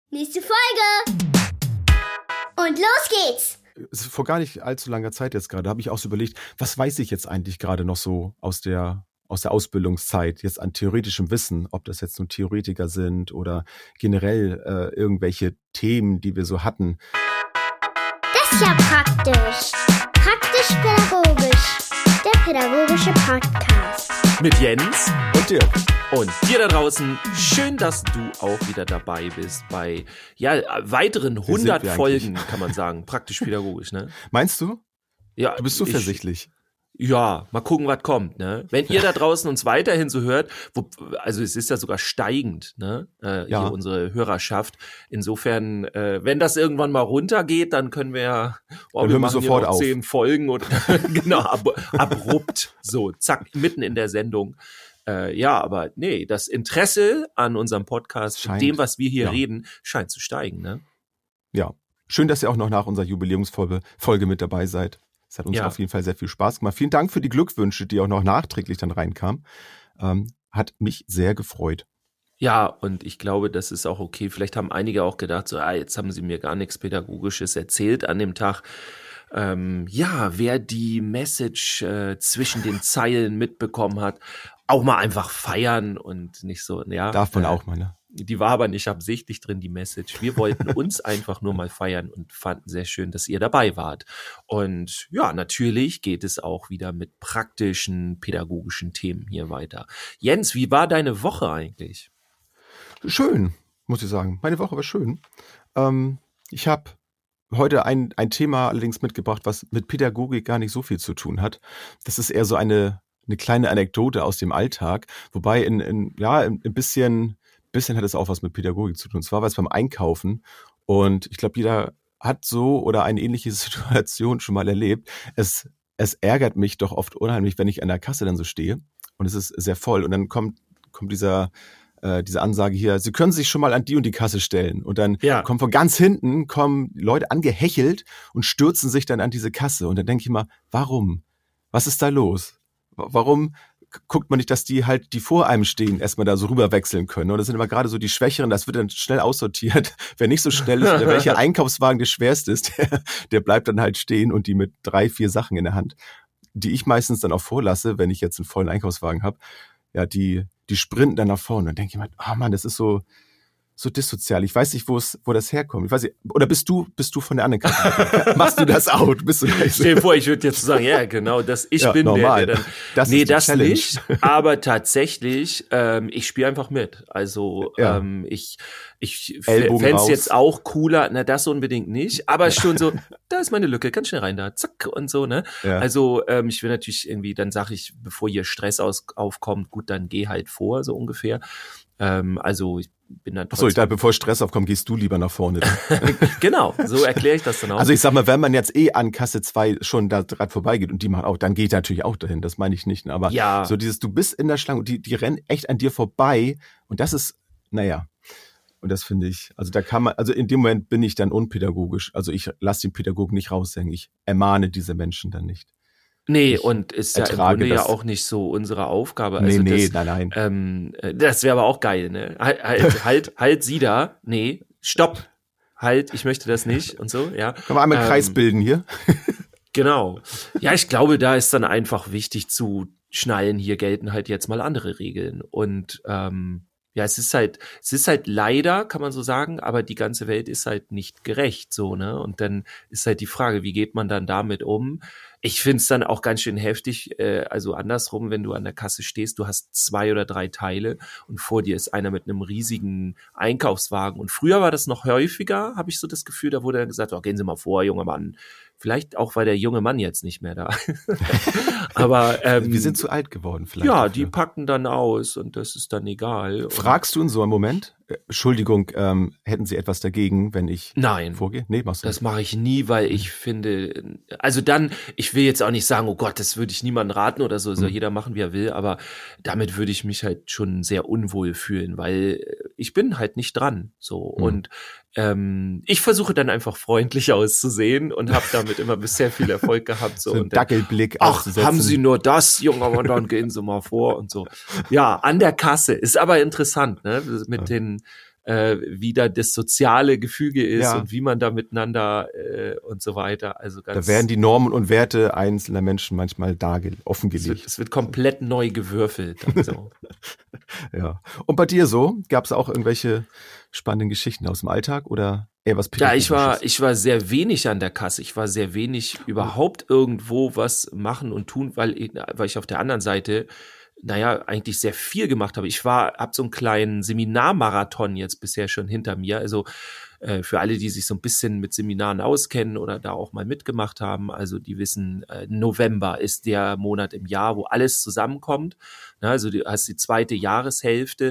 Nächste Folge! Und los geht's! Vor gar nicht allzu langer Zeit jetzt gerade, habe ich auch so überlegt, was weiß ich jetzt eigentlich gerade noch so aus der Ausbildungszeit, jetzt an theoretischem Wissen, ob das jetzt nur Theoretiker sind oder generell irgendwelche Themen, die wir so hatten. Das ist ja praktisch. Praktisch-pädagogisch. Der pädagogische Podcast. Mit Jens Und Dirk. und dir da draußen. Schön, dass du auch wieder dabei bist bei weiteren 100 wir Folgen, kann man sagen. Praktisch-pädagogisch, ne? Meinst du? Ja, Du bist zuversichtlich. Ja, mal gucken, was kommt, ne? Wenn ihr da draußen uns weiterhin so hört, also es ist ja sogar steigend, ne? Hier unsere Hörerschaft. Insofern, wenn das irgendwann mal runtergeht, dann können wir ja, Dann wir hören wir machen sofort hier noch auf. 10 Folgen und genau, abrupt, so, zack, mitten in der Sendung. Aber nee, das Interesse an unserem Podcast, Scheint, dem, was wir hier ja. reden, scheint zu steigen, ne? Ja. Schön, dass ihr auch noch nach unserer Jubiläumsfolge mit dabei seid. Es hat uns Ja. auf jeden Fall sehr viel Spaß gemacht. Vielen Dank für die Glückwünsche, die auch noch nachträglich dann reinkamen. Hat mich sehr gefreut. Ja, und ich glaube, das ist auch okay. Vielleicht haben einige auch gedacht, so, jetzt haben sie mir gar nichts Pädagogisches erzählt an dem Tag. Wer die Message zwischen den Zeilen mitbekommen hat, auch mal einfach feiern und nicht so, ja. Darf man auch mal, ne? Die war aber nicht absichtlich drin, die Message. Wir wollten uns einfach nur mal feiern und fanden sehr schön, dass ihr dabei wart. Und ja, natürlich geht es auch wieder mit praktischen, pädagogischen Themen hier weiter. Jens, wie war deine Woche eigentlich? Schön, muss ich sagen. Meine Woche war schön. Ich habe heute ein Thema allerdings mitgebracht, was mit Pädagogik gar nicht so viel zu tun hat. Das ist eher so eine kleine Anekdote aus dem Alltag, wobei ein bisschen hat es auch was mit Pädagogik zu tun. Und zwar war es beim Einkaufen und ich glaube, jeder hat so oder eine ähnliche Situation schon mal erlebt. Es ärgert mich doch oft unheimlich, wenn ich an der Kasse dann so stehe und es ist sehr voll und dann kommt diese Ansage hier, Sie können sich schon mal an die und die Kasse stellen. Und dann kommen von ganz hinten Leute angehechelt und stürzen sich dann an diese Kasse. Und dann denke ich mal, warum? Was ist da los? Warum guckt man nicht, dass die vor einem stehen, erstmal da so rüber wechseln können? Und das sind immer gerade so die Schwächeren, das wird dann schnell aussortiert. Wer nicht so schnell ist oder welcher Einkaufswagen der schwerste ist, der bleibt dann halt stehen und die mit 3, 4 Sachen in der Hand, die ich meistens dann auch vorlasse, wenn ich jetzt einen vollen Einkaufswagen habe, ja, die sprinten dann nach vorne. Dann denke ich mal, das ist so dissozial. Ich weiß nicht, wo das herkommt. Ich weiß nicht, oder bist du von der anderen Kasse? Machst du das auch? Bist du Stell dir vor, ich würde jetzt sagen, ja, genau, ich bin normal. der dann. Das nee, ist die das Challenge. nicht. Aber tatsächlich, ich spiele einfach mit. Also ich Ellbogen fänd's raus. jetzt auch cooler, das unbedingt nicht, aber schon so, da ist meine Lücke, ganz schnell rein da, zack und so, ne? Ja. Also ich will natürlich irgendwie, dann sage ich, bevor hier Stress aufkommt, gut, dann geh halt vor, so ungefähr. Also ich bin dann Achso, ich dachte, bevor Stress aufkommt, gehst du lieber nach vorne. Genau, so erkläre ich das dann auch. Also ich sag mal, wenn man jetzt an Kasse 2 schon da dran vorbeigeht und die machen auch, dann geht natürlich auch dahin, das meine ich nicht. Aber Ja. so du bist in der Schlange und die rennen echt an dir vorbei und das ist, und das finde ich, also in dem Moment bin ich dann unpädagogisch. Also ich lasse den Pädagogen nicht raushängen, ich ermahne diese Menschen dann nicht. Nee, Ich und ist ja im ertrage Grunde ja das. auch nicht so unsere Aufgabe. Also Nein. Das wäre aber auch geil, ne? Halt Sie da. Nee, stopp. Halt, ich möchte das nicht und so, ja. Können wir einmal einen Kreis bilden hier? Genau. Ja, ich glaube, da ist dann einfach wichtig zu schnallen, hier gelten halt jetzt mal andere Regeln. Und es ist halt leider, kann man so sagen, aber die ganze Welt ist halt nicht gerecht, so, ne? Und dann ist halt die Frage, wie geht man dann damit um? Ich find's dann auch ganz schön heftig, also andersrum, wenn du an der Kasse stehst, du hast 2 oder 3 Teile und vor dir ist einer mit einem riesigen Einkaufswagen. Und früher war das noch häufiger, habe ich so das Gefühl, da wurde dann gesagt, gehen Sie mal vor, junger Mann. Vielleicht auch, weil der junge Mann jetzt nicht mehr da ist. Aber wir sind zu alt geworden vielleicht. Ja, dafür. die packen dann aus und das ist dann egal. Fragst du in so einem Moment, Entschuldigung, hätten Sie etwas dagegen, wenn ich Nein. vorgehe? Nee, machst du Das mache ich nie, weil ich finde, also dann, ich will jetzt auch nicht sagen, oh Gott, das würde ich niemandem raten oder so, soll jeder machen, wie er will, aber damit würde ich mich halt schon sehr unwohl fühlen, weil ich bin halt nicht dran, so. Und ich versuche dann einfach freundlich auszusehen und habe damit immer bisher viel Erfolg gehabt. So, einen und dann, Dackelblick ach, aufzusetzen. haben Sie nur das, junger Mann, dann gehen Sie mal vor und so. Ja, an der Kasse. Ist aber interessant, ne, mit den wie da das soziale Gefüge ist Ja. und wie man da miteinander und so weiter. Also ganz, Da werden die Normen und Werte einzelner Menschen manchmal offengelegt. es wird komplett neu gewürfelt. Dann so. Ja. Und bei dir so? Gab es auch irgendwelche spannenden Geschichten aus dem Alltag oder eher was Ja, ich Pädagogisches? war sehr wenig an der Kasse. Ich war sehr wenig überhaupt irgendwo was machen und tun, weil ich auf der anderen Seite, naja, eigentlich sehr viel gemacht habe. Hab so einen kleinen Seminarmarathon jetzt bisher schon hinter mir. Also für alle, die sich so ein bisschen mit Seminaren auskennen oder da auch mal mitgemacht haben, also die wissen, November ist der Monat im Jahr, wo alles zusammenkommt. Na, also du hast die zweite Jahreshälfte.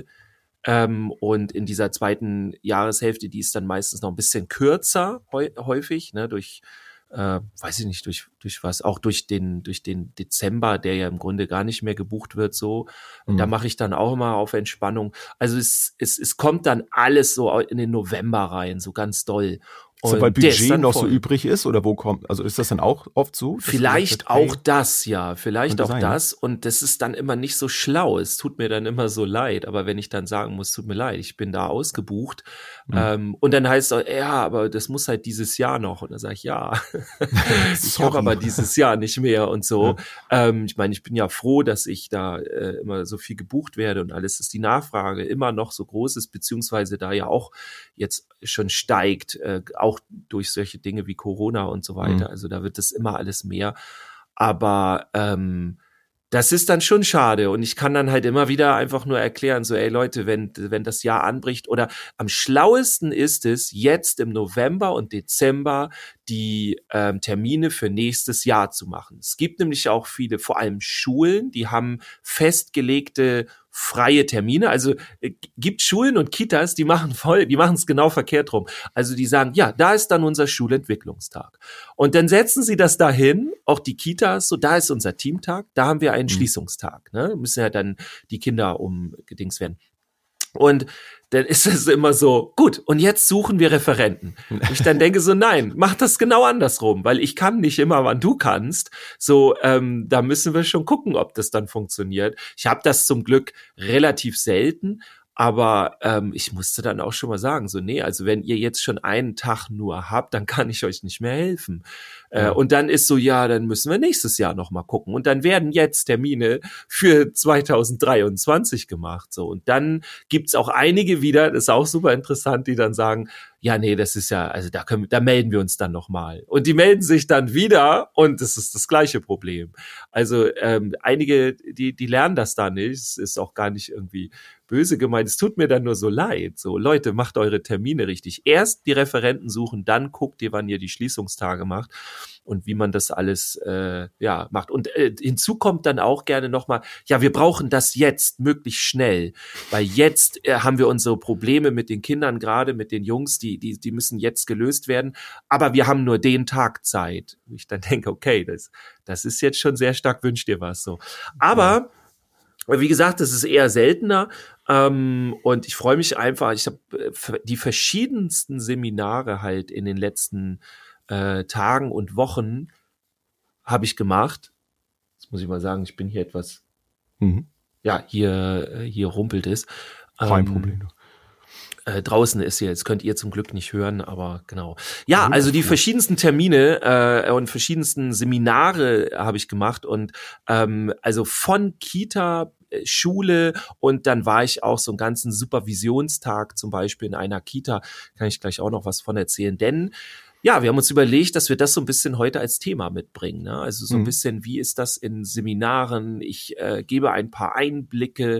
Und in dieser zweiten Jahreshälfte, die ist dann meistens noch ein bisschen kürzer häufig, ne, durch, weiß ich nicht, durch was, auch durch den Dezember, der ja im Grunde gar nicht mehr gebucht wird, so. Und da mache ich dann auch immer auf Entspannung. Also es kommt dann alles so in den November rein, so ganz doll. So, weil Und der ist Budget dann noch so voll. übrig ist oder wo kommt, also ist das dann auch oft so? dass Vielleicht gesagt wird, auch das, ja. Vielleicht könnte auch sein, ne? das. Und das ist dann immer nicht so schlau. Es tut mir dann immer so leid. Aber wenn ich dann sagen muss, tut mir leid, ich bin da ausgebucht. Und dann heißt es, ja, aber das muss halt dieses Jahr noch. Und dann sage ich, ja, ich Sorry. habe aber dieses Jahr nicht mehr und so. Ich meine, ich bin ja froh, dass ich da immer so viel gebucht werde und alles, dass die Nachfrage immer noch so groß ist, beziehungsweise da ja auch jetzt schon steigt, auch durch solche Dinge wie Corona und so weiter. Also da wird es immer alles mehr. Aber das ist dann schon schade und ich kann dann halt immer wieder einfach nur erklären, so, ey Leute, wenn das Jahr anbricht oder am schlauesten ist es, jetzt im November und Dezember die Termine für nächstes Jahr zu machen. Es gibt nämlich auch viele, vor allem Schulen, die haben festgelegte freie Termine. Also gibt Schulen und Kitas, die machen es genau verkehrt rum. Also die sagen, ja, da ist dann unser Schulentwicklungstag. Und dann setzen sie das dahin, auch die Kitas, so, da ist unser Teamtag, da haben wir einen Schließungstag. Ne? Müssen ja dann die Kinder umgedings werden. Und dann ist es immer so, gut, und jetzt suchen wir Referenten. Und ich dann denke so, nein, mach das genau andersrum, weil ich kann nicht immer, wann du kannst. So, da müssen wir schon gucken, ob das dann funktioniert. Ich habe das zum Glück relativ selten, aber ich musste dann auch schon mal sagen, so, nee, also wenn ihr jetzt schon einen Tag nur habt, dann kann ich euch nicht mehr helfen. Und dann ist so, ja, dann müssen wir nächstes Jahr noch mal gucken. Und dann werden jetzt Termine für 2023 gemacht. So, und dann gibt's auch einige wieder, das ist auch super interessant, die dann sagen, ja, nee, das ist ja, also da melden wir uns dann noch mal. Und die melden sich dann wieder und das ist das gleiche Problem. Also einige, die lernen das da nicht. Es ist auch gar nicht irgendwie böse gemeint. Es tut mir dann nur so leid. So, Leute, macht eure Termine richtig. Erst die Referenten suchen, dann guckt ihr, wann ihr die Schließungstage macht und wie man das alles macht. Und hinzu kommt dann auch gerne nochmal, ja, wir brauchen das jetzt möglichst schnell, weil jetzt haben wir unsere Probleme mit den Kindern, gerade mit den Jungs, die müssen jetzt gelöst werden, aber wir haben nur den Tag Zeit. Ich dann denke, okay, das ist jetzt schon sehr stark, wünscht dir was so. Aber wie gesagt, das ist eher seltener und ich freue mich einfach, ich habe die verschiedensten Seminare halt in den letzten Tagen und Wochen habe ich gemacht. Jetzt muss ich mal sagen, ich bin hier etwas, ja, hier rumpelt es. Kein Problem. Draußen ist jetzt könnt ihr zum Glück nicht hören, aber genau. Ja, also die verschiedensten Termine und verschiedensten Seminare habe ich gemacht und also von Kita, Schule und dann war ich auch so einen ganzen Supervisionstag zum Beispiel in einer Kita, kann ich gleich auch noch was von erzählen, denn ja, wir haben uns überlegt, dass wir das so ein bisschen heute als Thema mitbringen. Ne? Also so ein bisschen, wie ist das in Seminaren? Ich gebe ein paar Einblicke.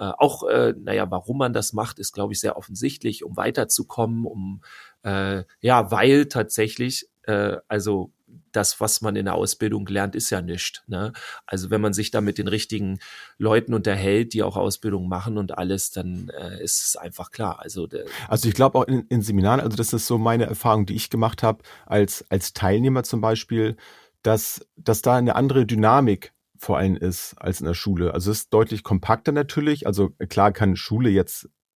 Warum man das macht, ist, glaube ich, sehr offensichtlich, um weiterzukommen, weil tatsächlich, also das, was man in der Ausbildung lernt, ist ja nichts. Ne? Also wenn man sich da mit den richtigen Leuten unterhält, die auch Ausbildung machen und alles, dann ist es einfach klar. Also ich glaube auch in Seminaren, also das ist so meine Erfahrung, die ich gemacht habe als Teilnehmer zum Beispiel, dass da eine andere Dynamik vor allem ist als in der Schule. Also es ist deutlich kompakter natürlich. Also klar kann Schule jetzt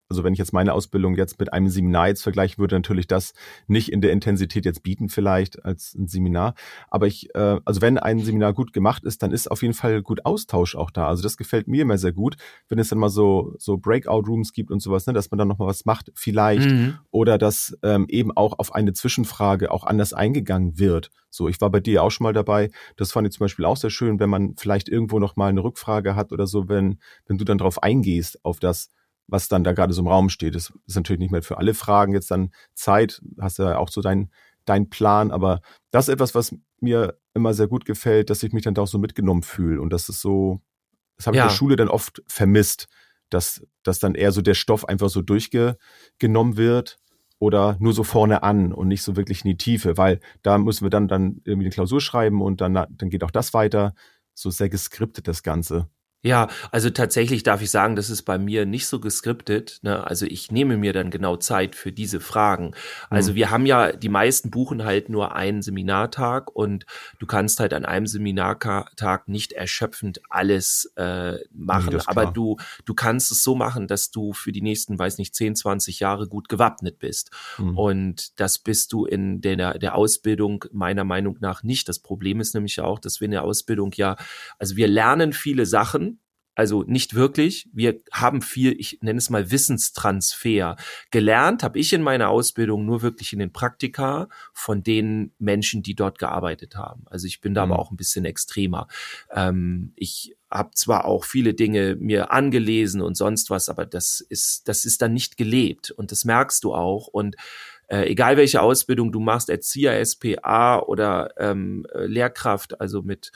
also wenn ich jetzt meine Ausbildung jetzt mit einem Seminar jetzt vergleichen würde, natürlich das nicht in der Intensität jetzt bieten vielleicht als ein Seminar. Aber also wenn ein Seminar gut gemacht ist, dann ist auf jeden Fall gut Austausch auch da. Also das gefällt mir immer sehr gut, wenn es dann mal so Breakout-Rooms gibt und sowas, ne, dass man dann nochmal was macht vielleicht oder dass eben auch auf eine Zwischenfrage auch anders eingegangen wird. So, ich war bei dir auch schon mal dabei. Das fand ich zum Beispiel auch sehr schön, wenn man vielleicht irgendwo nochmal eine Rückfrage hat oder so, wenn du dann drauf eingehst, auf das, was dann da gerade so im Raum steht. Das ist natürlich nicht mehr für alle Fragen jetzt dann Zeit, hast ja auch so dein Plan, aber das ist etwas, was mir immer sehr gut gefällt, dass ich mich dann da auch so mitgenommen fühle und das ist so, das habe ich in der Schule dann oft vermisst, dass dann eher so der Stoff einfach so durchgenommen wird oder nur so vorne an und nicht so wirklich in die Tiefe, weil da müssen wir dann irgendwie eine Klausur schreiben und dann geht auch das weiter, so sehr geskriptet das Ganze. Ja, also tatsächlich darf ich sagen, das ist bei mir nicht so geskriptet, ne? Also ich nehme mir dann genau Zeit für diese Fragen. Also wir haben ja, die meisten buchen halt nur einen Seminartag und du kannst halt an einem Seminartag nicht erschöpfend alles machen, Nee, aber du kannst es so machen, dass du für die nächsten, 10, 20 Jahre gut gewappnet bist. Und das bist du in der Ausbildung meiner Meinung nach nicht. Das Problem ist nämlich auch, dass wir in der Ausbildung also wir lernen viele Sachen, also nicht wirklich. Wir haben viel, ich nenne es mal Wissenstransfer. Gelernt habe ich in meiner Ausbildung nur wirklich in den Praktika von den Menschen, die dort gearbeitet haben. Also ich bin da aber auch ein bisschen extremer. Ich habe zwar auch viele Dinge mir angelesen und sonst was, aber das ist dann nicht gelebt und das merkst du auch. Und egal welche Ausbildung du machst, Erzieher, SPA oder Lehrkraft, also mit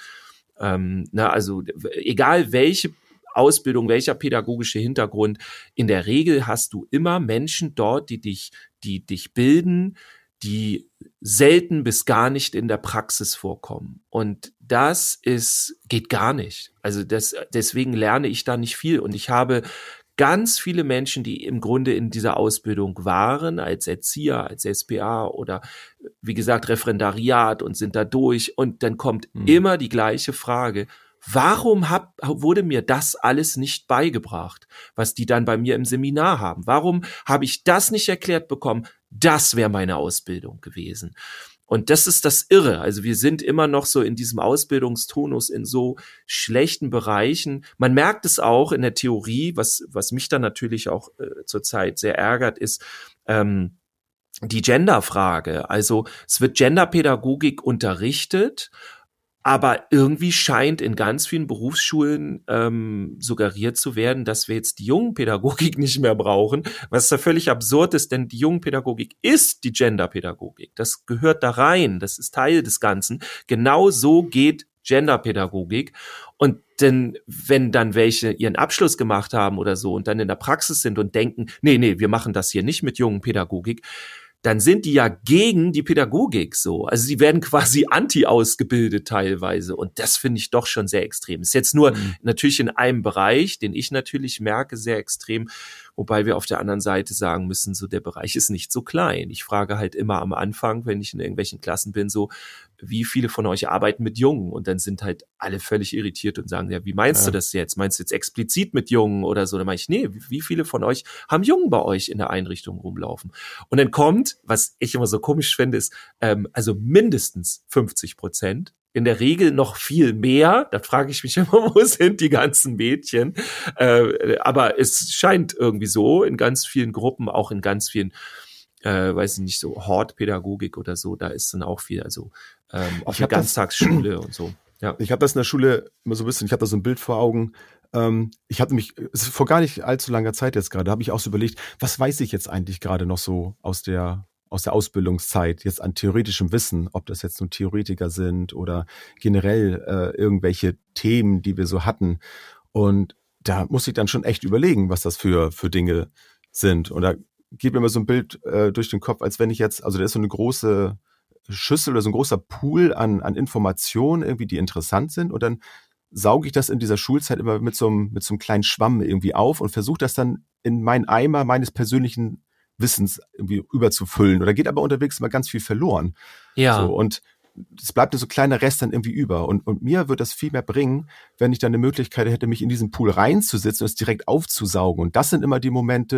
also egal welche Ausbildung, welcher pädagogische Hintergrund, in der Regel hast du immer Menschen dort, die dich bilden, die selten bis gar nicht in der Praxis vorkommen. Und das geht gar nicht. Also deswegen lerne ich da nicht viel. Und ich habe ganz viele Menschen, die im Grunde in dieser Ausbildung waren, als Erzieher, als SPA oder wie gesagt Referendariat und sind da durch. Und dann kommt immer die gleiche Frage: Warum wurde mir das alles nicht beigebracht, was die dann bei mir im Seminar haben? Warum habe ich das nicht erklärt bekommen? Das wäre meine Ausbildung gewesen. Und das ist das Irre. Also wir sind immer noch so in diesem Ausbildungstonus in so schlechten Bereichen. Man merkt es auch in der Theorie, was mich dann natürlich auch zurzeit sehr ärgert, ist die Genderfrage. Also es wird Genderpädagogik unterrichtet, aber irgendwie scheint in ganz vielen Berufsschulen suggeriert zu werden, dass wir jetzt die Jungenpädagogik nicht mehr brauchen, was da völlig absurd ist, denn die Jungenpädagogik ist die Genderpädagogik. Das gehört da rein, das ist Teil des Ganzen. Genau so geht Genderpädagogik. Und denn wenn dann welche ihren Abschluss gemacht haben oder so und dann in der Praxis sind und denken, nee, wir machen das hier nicht mit Jungenpädagogik, dann sind die ja gegen die Pädagogik so. Also sie werden quasi anti-ausgebildet teilweise und das finde ich doch schon sehr extrem. Ist jetzt nur natürlich in einem Bereich, den ich natürlich merke, sehr extrem, wobei wir auf der anderen Seite sagen müssen, so der Bereich ist nicht so klein. Ich frage halt immer am Anfang, wenn ich in irgendwelchen Klassen bin, so, wie viele von euch arbeiten mit Jungen? Und dann sind halt alle völlig irritiert und sagen, ja, wie meinst du das jetzt? Meinst du jetzt explizit mit Jungen oder so? Dann meine ich, nee, wie viele von euch haben Jungen bei euch in der Einrichtung rumlaufen? Und dann kommt, was ich immer so komisch finde, ist, also mindestens 50%. In der Regel noch viel mehr. Da frage ich mich immer, wo sind die ganzen Mädchen? Aber es scheint irgendwie so in ganz vielen Gruppen, auch in ganz vielen, weiß ich nicht, so Hortpädagogik oder so, da ist dann auch viel, also auf der Ganztagsschule und so. Ja. Ich habe das in der Schule immer so ein bisschen, ich habe da so ein Bild vor Augen. Ich hatte mich, es ist vor gar nicht allzu langer Zeit jetzt gerade, habe ich auch so überlegt, was weiß ich jetzt eigentlich gerade noch so aus der Ausbildungszeit jetzt an theoretischem Wissen, ob das jetzt nun Theoretiker sind oder generell irgendwelche Themen, die wir so hatten. Und da muss ich dann schon echt überlegen, was das für Dinge sind. Und da geht mir immer so ein Bild durch den Kopf, als wenn ich jetzt, also da ist so eine große Schüssel oder so ein großer Pool an Informationen irgendwie, die interessant sind, und dann sauge ich das in dieser Schulzeit immer mit so einem kleinen Schwamm irgendwie auf und versuche das dann in meinen Eimer meines persönlichen Wissens irgendwie überzufüllen. Oder geht aber unterwegs immer ganz viel verloren. Ja. So, und es bleibt so kleiner Rest dann irgendwie über. Und mir wird das viel mehr bringen, wenn ich dann eine Möglichkeit hätte, mich in diesen Pool reinzusetzen und es direkt aufzusaugen. Und das sind immer die Momente,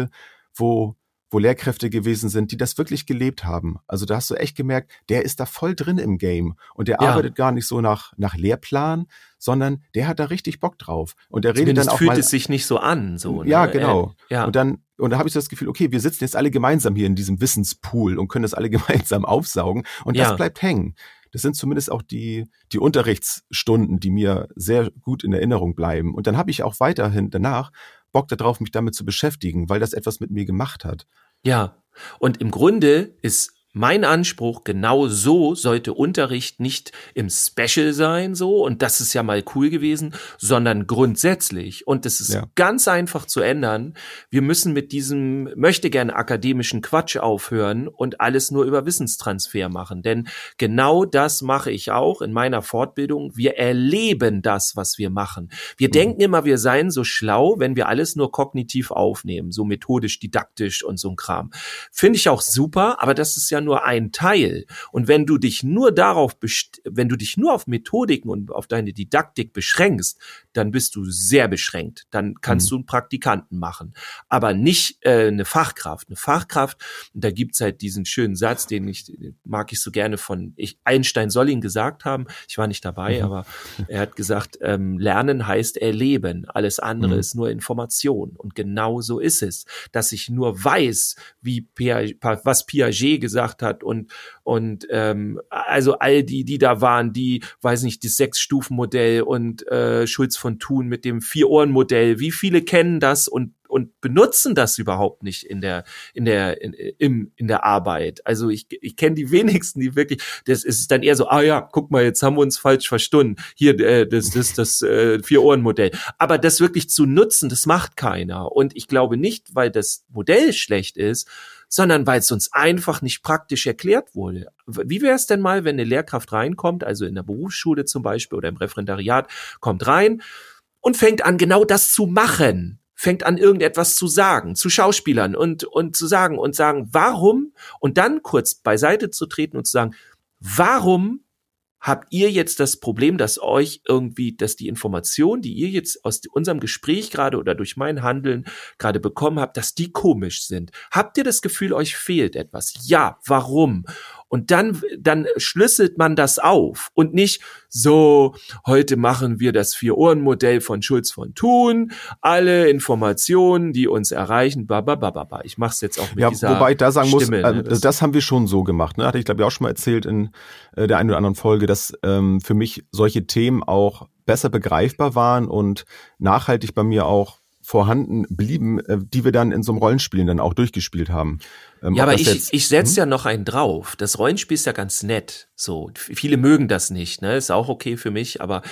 wo Lehrkräfte gewesen sind, die das wirklich gelebt haben. Also da hast du echt gemerkt, der ist da voll drin im Game und der arbeitet gar nicht so nach Lehrplan, sondern der hat da richtig Bock drauf. Und der redet dann auch fühlt es sich nicht so an. So, ja, ne? genau. Ja. Und da habe ich so das Gefühl, okay, wir sitzen jetzt alle gemeinsam hier in diesem Wissenspool und können das alle gemeinsam aufsaugen und das bleibt hängen. Das sind zumindest auch die Unterrichtsstunden, die mir sehr gut in Erinnerung bleiben. Und dann habe ich auch weiterhin danach Bock darauf, mich damit zu beschäftigen, weil das etwas mit mir gemacht hat. Ja, und im Grunde ist mein Anspruch, genau so sollte Unterricht nicht im Special sein, so, und das ist ja mal cool gewesen, sondern grundsätzlich. Und das ist ganz einfach zu ändern. Wir müssen mit diesem möchte gerne akademischen Quatsch aufhören und alles nur über Wissenstransfer machen. Denn genau das mache ich auch in meiner Fortbildung. Wir erleben das, was wir machen. Wir denken immer, wir seien so schlau, wenn wir alles nur kognitiv aufnehmen, so methodisch, didaktisch und so ein Kram. Finde ich auch super, aber das ist ja nur ein Teil. Und wenn du dich nur auf Methodiken und auf deine Didaktik beschränkst, dann bist du sehr beschränkt. Dann kannst du einen Praktikanten machen, aber nicht eine Fachkraft. Eine Fachkraft, da gibt's halt diden schönen Satz, den mag ich so gerne Einstein soll ihn gesagt haben. Ich war nicht dabei, aber er hat gesagt, Lernen heißt erleben. Alles andere ist nur Information. Und genau so ist es, dass ich nur weiß, was Piaget gesagt hat und also all die da waren, die, weiß nicht, das 6-Stufen-Modell und Schulz von Thun mit dem 4-Ohren-Modell, wie viele kennen das und benutzen das überhaupt nicht in der Arbeit. Also ich kenne die wenigsten, die wirklich, das ist dann eher so, guck mal, jetzt haben wir uns falsch verstanden. Hier, das 4-Ohren-Modell. Aber das wirklich zu nutzen, das macht keiner. Und ich glaube nicht, weil das Modell schlecht ist, sondern weil es uns einfach nicht praktisch erklärt wurde. Wie wäre es denn mal, wenn eine Lehrkraft reinkommt, also in der Berufsschule zum Beispiel oder im Referendariat, kommt rein und fängt an, genau das zu machen, fängt an, irgendetwas zu sagen, zu Schauspielern und zu sagen, warum, und dann kurz beiseite zu treten und zu sagen, warum habt ihr jetzt das Problem, dass die Information, die ihr jetzt aus unserem Gespräch gerade oder durch mein Handeln gerade bekommen habt, dass die komisch sind? Habt ihr das Gefühl, euch fehlt etwas? Ja, warum? Und dann schlüsselt man das auf und nicht so, heute machen wir das 4-Ohren-Modell von Schulz von Thun, alle Informationen, die uns erreichen, Ich mach's jetzt auch mit dieser wobei ich da sagen Stimme, muss, das haben wir schon so gemacht. Ne? Hatte ich, glaube ich, auch schon mal erzählt in der einen oder anderen Folge, dass für mich solche Themen auch besser begreifbar waren und nachhaltig bei mir auch vorhanden blieben, die wir dann in so einem Rollenspiel dann auch durchgespielt haben. Aber ich setze ja noch einen drauf. Das Rollenspiel ist ja ganz nett. So, viele mögen das nicht, ne? Ist auch okay für mich, aber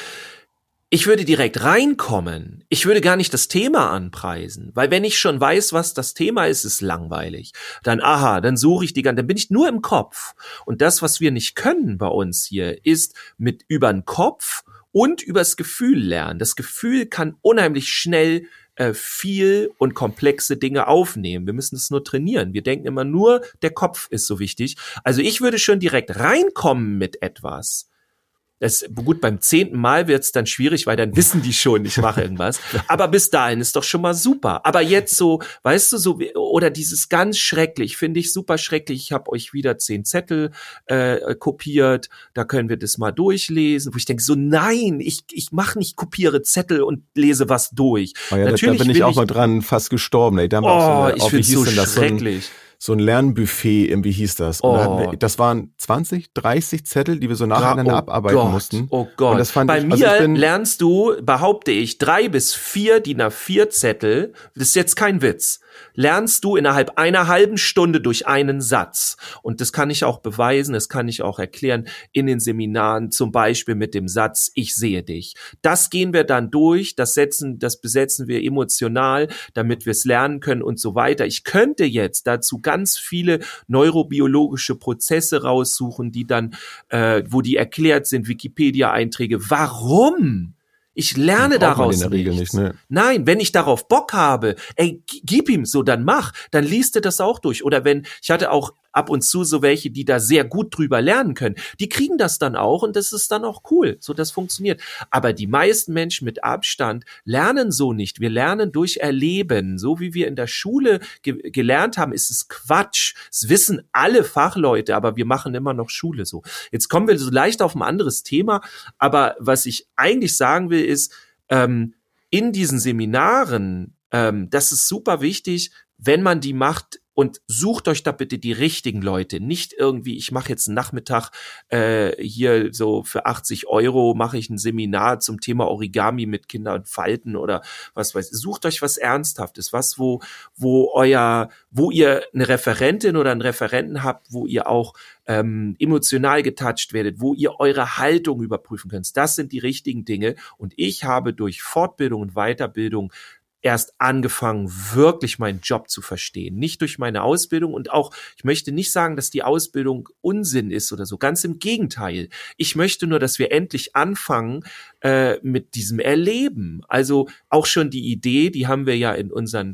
ich würde direkt reinkommen. Ich würde gar nicht das Thema anpreisen, weil wenn ich schon weiß, was das Thema ist, ist langweilig. Dann suche ich dann bin ich nur im Kopf. Und das, was wir nicht können bei uns hier, ist mit über den Kopf und übers Gefühl lernen. Das Gefühl kann unheimlich schnell viel und komplexe Dinge aufnehmen. Wir müssen es nur trainieren. Wir denken immer nur, der Kopf ist so wichtig. Also ich würde schon direkt reinkommen mit etwas. Gut, beim 10. Mal wird's dann schwierig, weil dann wissen die schon, ich mache irgendwas. Aber bis dahin ist doch schon mal super. Aber jetzt so, weißt du, oder dieses ganz schrecklich, finde ich super schrecklich. Ich habe euch wieder 10 Zettel kopiert, da können wir das mal durchlesen. Wo ich denke so, nein, ich mache nicht, kopiere Zettel und lese was durch. Oh ja, natürlich da bin ich auch mal dran fast gestorben. Ey. Da ich finde es so schrecklich. So ein Lernbuffet, irgendwie hieß das. Und das waren 20, 30 Zettel, die wir so nacheinander abarbeiten mussten. Oh Gott. Und das bei mir lernst du, behaupte ich, 3 bis 4 DIN A4 Zettel, das ist jetzt kein Witz, lernst du innerhalb einer halben Stunde durch einen Satz. Und das kann ich auch beweisen, das kann ich auch erklären in den Seminaren, zum Beispiel mit dem Satz, ich sehe dich. Das gehen wir dann durch, das besetzen wir emotional, damit wir es lernen können und so weiter. Ich könnte jetzt dazu ganz viele neurobiologische Prozesse raussuchen, die dann, wo die erklärt sind, Wikipedia-Einträge. Warum? Ich lerne daraus nichts. Ne? Nein, wenn ich darauf Bock habe, gib ihm so, dann mach, dann liest er das auch durch. Oder ich hatte auch ab und zu so welche, die da sehr gut drüber lernen können. Die kriegen das dann auch und das ist dann auch cool. So, das funktioniert. Aber die meisten Menschen mit Abstand lernen so nicht. Wir lernen durch Erleben. So wie wir in der Schule gelernt haben, ist es Quatsch. Es wissen alle Fachleute, aber wir machen immer noch Schule so. Jetzt kommen wir so leicht auf ein anderes Thema, aber was ich eigentlich sagen will, ist, in diesen Seminaren, das ist super wichtig, wenn man die macht, und sucht euch da bitte die richtigen Leute. Nicht irgendwie, ich mache jetzt einen Nachmittag hier so für 80 € mache ich ein Seminar zum Thema Origami mit Kindern falten oder was weiß ich. Sucht euch was Ernsthaftes, was, wo ihr eine Referentin oder einen Referenten habt, wo ihr auch emotional getoucht werdet, wo ihr eure Haltung überprüfen könnt. Das sind die richtigen Dinge. Und ich habe durch Fortbildung und Weiterbildung erst angefangen, wirklich meinen Job zu verstehen. Nicht durch meine Ausbildung und auch, ich möchte nicht sagen, dass die Ausbildung Unsinn ist oder so. Ganz im Gegenteil. Ich möchte nur, dass wir endlich anfangen mit diesem Erleben. Also auch schon die Idee, die haben wir ja in unseren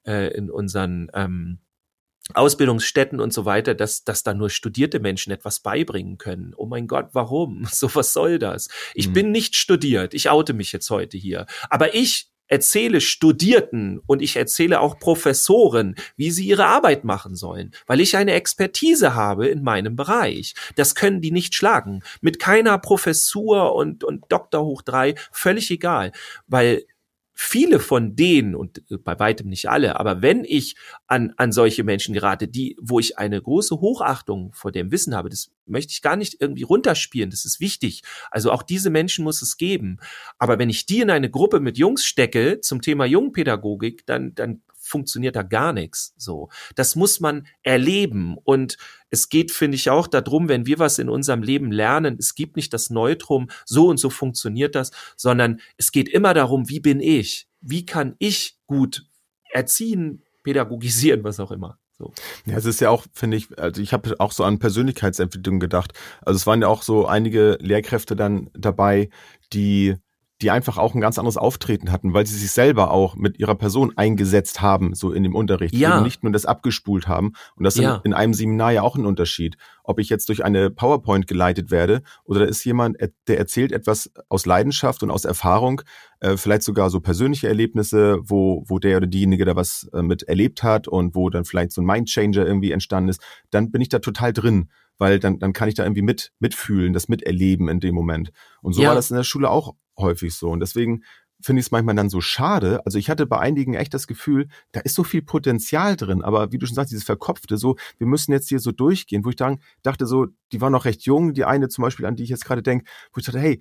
Ausbildungsstätten und so weiter, dass da nur studierte Menschen etwas beibringen können. Oh mein Gott, warum? So, was soll das? Ich bin nicht studiert. Ich oute mich jetzt heute hier. Aber ich erzähle Studierten und ich erzähle auch Professoren, wie sie ihre Arbeit machen sollen, weil ich eine Expertise habe in meinem Bereich. Das können die nicht schlagen. Mit keiner Professur und Doktor hoch 3, völlig egal, weil viele von denen, und bei weitem nicht alle, aber wenn ich an solche Menschen gerate, wo ich eine große Hochachtung vor dem Wissen habe, das möchte ich gar nicht irgendwie runterspielen, das ist wichtig. Also auch diese Menschen muss es geben. Aber wenn ich die in eine Gruppe mit Jungs stecke zum Thema Jungpädagogik, dann funktioniert da gar nichts. So, das muss man erleben. Und es geht, finde ich, auch darum, wenn wir was in unserem Leben lernen, es gibt nicht das Neutrum, so und so funktioniert das, sondern es geht immer darum, wie bin ich? Wie kann ich gut erziehen, pädagogisieren, was auch immer. So. Ja, es ist ja auch, finde ich, also ich habe auch so an Persönlichkeitsentwicklung gedacht. Also es waren ja auch so einige Lehrkräfte dann dabei, die einfach auch ein ganz anderes Auftreten hatten, weil sie sich selber auch mit ihrer Person eingesetzt haben, so in dem Unterricht. Ja. Eben nicht nur das abgespult haben. Und das ist in einem Seminar ja auch ein Unterschied. Ob ich jetzt durch eine PowerPoint geleitet werde oder da ist jemand, der erzählt etwas aus Leidenschaft und aus Erfahrung, vielleicht sogar so persönliche Erlebnisse, wo der oder diejenige da was mit erlebt hat und wo dann vielleicht so ein Mindchanger irgendwie entstanden ist, dann bin ich da total drin. Weil dann kann ich da irgendwie mitfühlen, das miterleben in dem Moment. Und so war das in der Schule auch häufig so. Und deswegen finde ich es manchmal dann so schade. Also ich hatte bei einigen echt das Gefühl, da ist so viel Potenzial drin. Aber wie du schon sagst, dieses Verkopfte, so, wir müssen jetzt hier so durchgehen, wo ich dann dachte so, die war noch recht jung, die eine zum Beispiel, an die ich jetzt gerade denke, wo ich dachte, hey,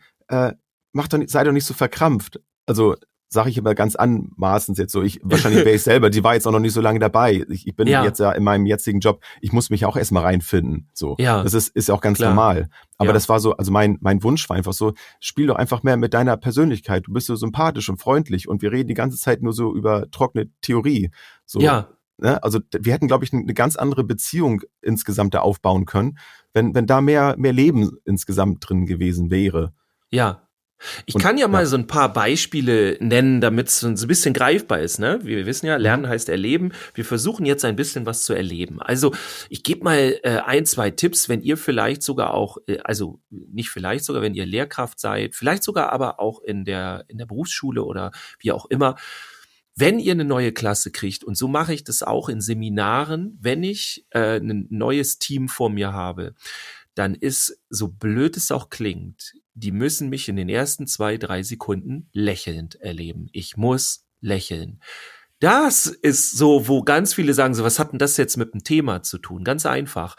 sei doch nicht so verkrampft. Also sage ich aber ganz anmaßend jetzt so, wahrscheinlich wäre ich selber, die war jetzt auch noch nicht so lange dabei. Ich bin jetzt ja in meinem jetzigen Job, ich muss mich auch erstmal reinfinden. So. Ja. Das ist ja auch ganz normal. Aber das war so, also mein Wunsch war einfach so, spiel doch einfach mehr mit deiner Persönlichkeit. Du bist so sympathisch und freundlich und wir reden die ganze Zeit nur so über trockene Theorie. So. Ja. Ne? Also wir hätten, glaube ich, eine ganz andere Beziehung insgesamt da aufbauen können, wenn da mehr Leben insgesamt drin gewesen wäre. Ja. Ich kann ja mal so ein paar Beispiele nennen, damit es so ein bisschen greifbar ist, ne? Wir wissen ja, Lernen heißt Erleben. Wir versuchen jetzt ein bisschen was zu erleben. Also ich gebe mal 1, 2 Tipps, wenn ihr vielleicht sogar auch, also nicht vielleicht sogar, wenn ihr Lehrkraft seid, vielleicht sogar aber auch in der Berufsschule oder wie auch immer, wenn ihr eine neue Klasse kriegt, und so mache ich das auch in Seminaren, wenn ich ein neues Team vor mir habe, dann ist, so blöd es auch klingt, die müssen mich in den ersten 2, 3 Sekunden lächelnd erleben. Ich muss lächeln. Das ist so, wo ganz viele sagen, so, was hat denn das jetzt mit dem Thema zu tun? Ganz einfach.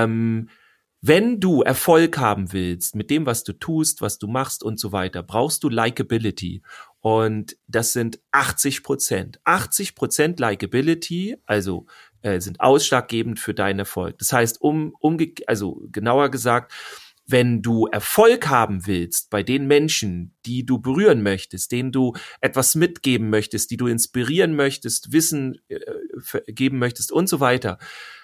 Wenn du Erfolg haben willst mit dem, was du tust, was du machst und so weiter, brauchst du Likability. Und das sind 80%. 80% Likability, also sind ausschlaggebend für deinen Erfolg. Das heißt, also genauer gesagt, wenn du Erfolg haben willst bei den Menschen, die du berühren möchtest, denen du etwas mitgeben möchtest, die du inspirieren möchtest, Wissen geben möchtest und so weiter,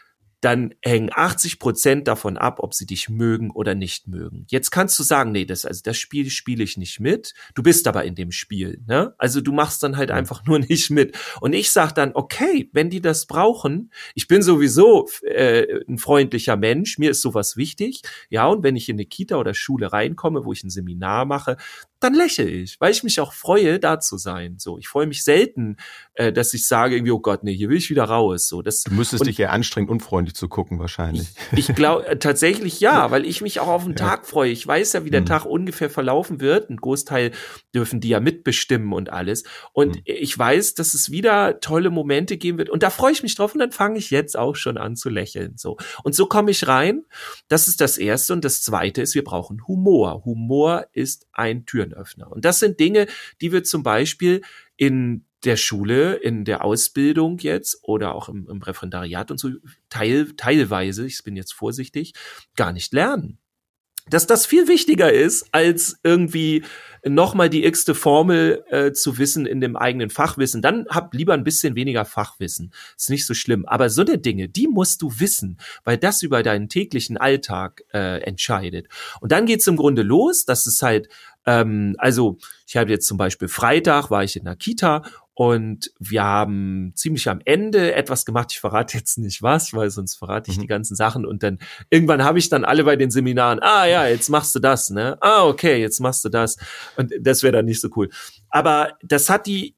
dann hängen 80% davon ab, ob sie dich mögen oder nicht mögen. Jetzt kannst du sagen, nee, das Spiel spiele ich nicht mit. Du bist aber in dem Spiel, ne? Also du machst dann halt einfach nur nicht mit. Und ich sag dann, okay, wenn die das brauchen, ich bin sowieso ein freundlicher Mensch, mir ist sowas wichtig, ja, und wenn ich in eine Kita oder Schule reinkomme, wo ich ein Seminar mache, dann lächle ich, weil ich mich auch freue, da zu sein. So, ich freue mich selten, dass ich sage irgendwie, oh Gott, nee, hier will ich wieder raus. So, das. Du müsstest dich ja anstrengen, unfreundlich zu gucken wahrscheinlich. Ich glaube tatsächlich ja, weil ich mich auch auf den Tag freue. Ich weiß ja, wie der Tag ungefähr verlaufen wird. Ein Großteil dürfen die ja mitbestimmen und alles. Und ich weiß, dass es wieder tolle Momente geben wird. Und da freue ich mich drauf und dann fange ich jetzt auch schon an zu lächeln. So. Und so komme ich rein. Das ist das Erste. Und das Zweite ist, wir brauchen Humor. Humor ist ein Türenöffner. Und das sind Dinge, die wir zum Beispiel in der Schule, in der Ausbildung jetzt oder auch im Referendariat und so teilweise, ich bin jetzt vorsichtig, gar nicht lernen. Dass das viel wichtiger ist, als irgendwie nochmal die x-te Formel zu wissen in dem eigenen Fachwissen. Dann hab lieber ein bisschen weniger Fachwissen. Ist nicht so schlimm. Aber so eine Dinge, die musst du wissen, weil das über deinen täglichen Alltag entscheidet. Und dann geht's im Grunde los. Das ist halt, also ich habe jetzt zum Beispiel Freitag, war ich in der Kita und wir haben ziemlich am Ende etwas gemacht. Ich verrate jetzt nicht was, weil sonst verrate ich die ganzen Sachen. Und dann irgendwann habe ich dann alle bei den Seminaren, ja, jetzt machst du das, ne? Okay, jetzt machst du das. Und das wäre dann nicht so cool. Aber das hat die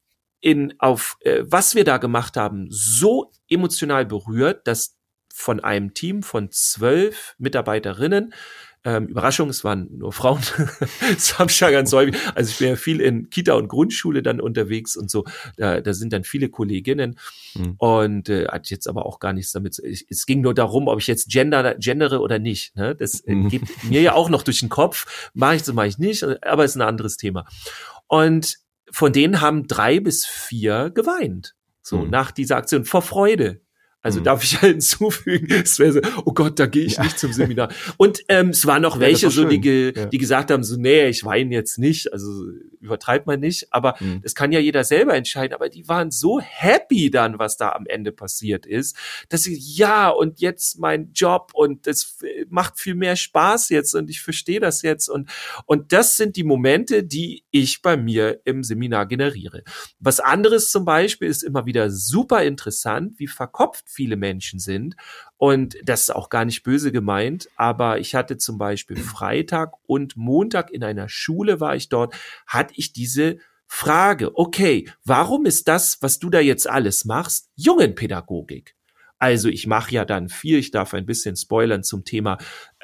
was wir da gemacht haben, so emotional berührt, dass von einem Team von 12 Mitarbeiterinnen, Überraschung, es waren nur Frauen, das habe ich ja ganz häufig, also ich bin ja viel in Kita und Grundschule dann unterwegs und so, da sind dann viele Kolleginnen und hat jetzt aber auch gar nichts damit, es ging nur darum, ob ich jetzt gendere oder nicht, ne? Das geht mir ja auch noch durch den Kopf, mache ich nicht, aber ist ein anderes Thema. Und von denen haben 3 bis 4 geweint, so nach dieser Aktion, vor Freude. Also darf ich halt hinzufügen, es wäre so, oh Gott, da gehe ich nicht zum Seminar. Und es waren noch welche, so die gesagt haben, so, nee, ich weine jetzt nicht, also übertreibt man nicht, aber das kann ja jeder selber entscheiden, aber die waren so happy dann, was da am Ende passiert ist, dass sie, ja, und jetzt mein Job und es macht viel mehr Spaß jetzt und ich verstehe das jetzt und das sind die Momente, die ich bei mir im Seminar generiere. Was anderes zum Beispiel ist immer wieder super interessant, wie verkopft viele Menschen sind. Und das ist auch gar nicht böse gemeint, aber ich hatte zum Beispiel Freitag und Montag in einer Schule war ich dort, hatte ich diese Frage, okay, warum ist das, was du da jetzt alles machst, Jungenpädagogik? Also ich mache ja dann viel, ich darf ein bisschen spoilern zum Thema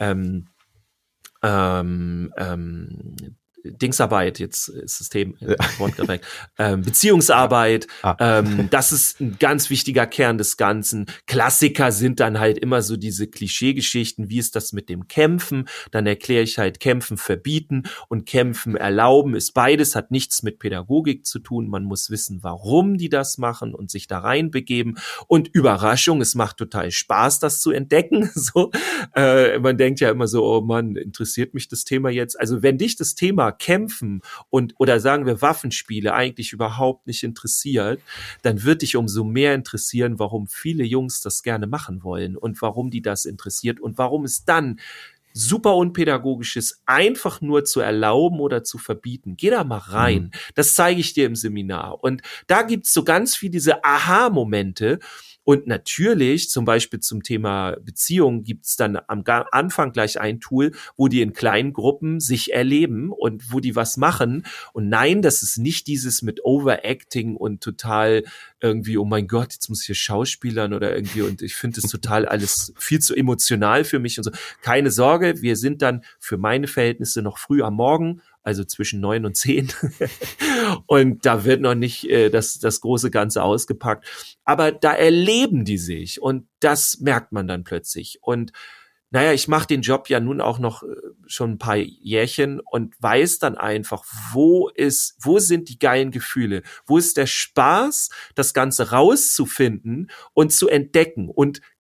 Dingsarbeit, jetzt ist das Thema, Wort direkt, Beziehungsarbeit, das ist ein ganz wichtiger Kern des Ganzen. Klassiker sind dann halt immer so diese Klischeegeschichten, wie ist das mit dem Kämpfen? Dann erkläre ich halt Kämpfen verbieten und Kämpfen erlauben ist beides, hat nichts mit Pädagogik zu tun. Man muss wissen, warum die das machen und sich da reinbegeben. Und Überraschung, es macht total Spaß, das zu entdecken. So, man denkt ja immer so, oh Mann, interessiert mich das Thema jetzt? Also wenn dich das Thema Kämpfen oder sagen wir Waffenspiele eigentlich überhaupt nicht interessiert, dann wird dich umso mehr interessieren, warum viele Jungs das gerne machen wollen und warum die das interessiert und warum es dann super unpädagogisch ist, einfach nur zu erlauben oder zu verbieten. Geh da mal rein. Das zeige ich dir im Seminar. Und da gibt's so ganz viel diese Aha-Momente. Und natürlich, zum Beispiel zum Thema Beziehung, gibt's dann am Anfang gleich ein Tool, wo die in kleinen Gruppen sich erleben und wo die was machen. Und nein, das ist nicht dieses mit Overacting und total irgendwie, oh mein Gott, jetzt muss ich hier schauspielern oder irgendwie und ich finde es total alles viel zu emotional für mich und so. Keine Sorge, wir sind dann für meine Verhältnisse noch früh am Morgen, also zwischen 9 und 10. Und da wird noch nicht das große Ganze ausgepackt. Aber da erleben die sich und das merkt man dann plötzlich. Und naja, ich mache den Job ja nun auch noch schon ein paar Jährchen und weiß dann einfach, wo sind die geilen Gefühle? Wo ist der Spaß, das Ganze rauszufinden und zu entdecken? Und